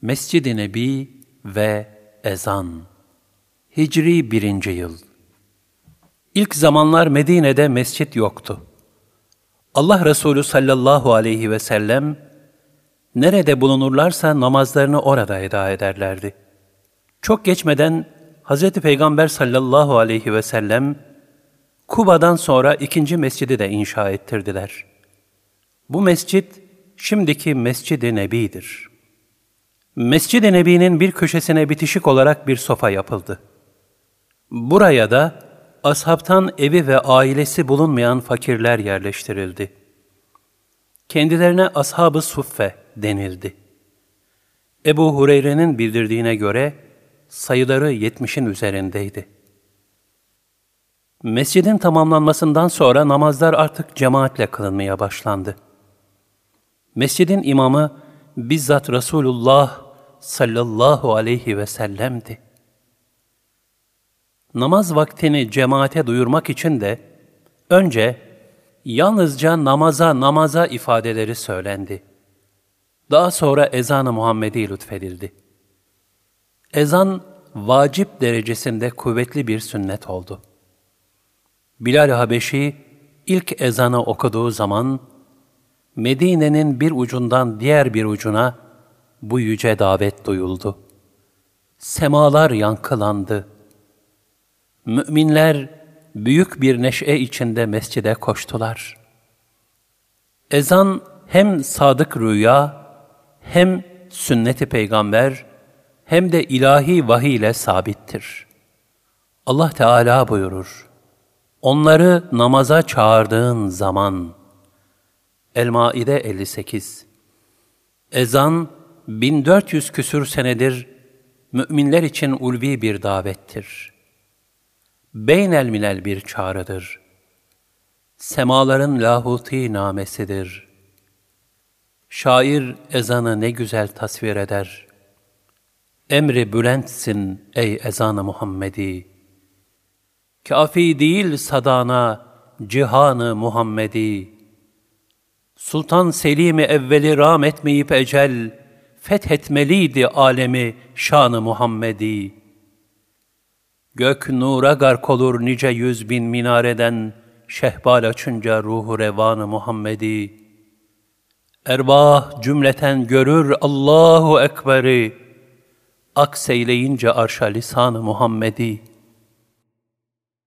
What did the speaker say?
Mescid-i Nebi ve ezan. Hicri 1. yıl. İlk zamanlar Medine'de mescit yoktu. Allah Resulü sallallahu aleyhi ve sellem, nerede bulunurlarsa namazlarını orada eda ederlerdi. Çok geçmeden Hz. Peygamber sallallahu aleyhi ve sellem, Kuba'dan sonra ikinci mescidi de inşa ettirdiler. Bu mescit, şimdiki Mescid-i Nebi'dir. Mescid-i Nebi'nin bir köşesine bitişik olarak bir sofa yapıldı. Buraya da ashabtan evi ve ailesi bulunmayan fakirler yerleştirildi. Kendilerine ashab-ı suffe denildi. Ebu Hureyre'nin bildirdiğine göre sayıları 70'in üzerindeydi. Mescidin tamamlanmasından sonra namazlar artık cemaatle kılınmaya başlandı. Mescidin imamı bizzat Resulullah sallallahu aleyhi ve sellem'di. Namaz vaktini cemaate duyurmak için de önce yalnızca namaza ifadeleri söylendi. Daha sonra ezan-ı Muhammedi lütfedildi. Ezan vacip derecesinde kuvvetli bir sünnet oldu. Bilal Habeşi ilk ezanı okuduğu zaman Medine'nin bir ucundan diğer bir ucuna bu yüce davet duyuldu. Semalar yankılandı. Müminler büyük bir neşe içinde mescide koştular. Ezan hem sadık rüya, hem sünnet-i peygamber, hem de ilahi vahiy ile sabittir. Allah Teala buyurur, onları namaza çağırdığın zaman. El-Maide 58. Ezan, 1400 küsur senedir müminler için ulvi bir davettir. Beynelmilel bir çağrıdır. Semaların lahuti namesidir. Şair ezanı ne güzel tasvir eder. Emri bülentsin ey ezan-ı Muhammedi. Kafi değil sadana cihan-ı Muhammedi. Sultan Selim-i evveli rağm etmeyip ecel, fethetmeliydi alemi şan-ı Muhammedi. Gök nura gark olur nice 100.000 minareden, şehbal açınca ruhu revan-ı Muhammedi. Erbah cümleten görür Allahu Ekber'i, akseyleyince arşa lisan-ı Muhammedi.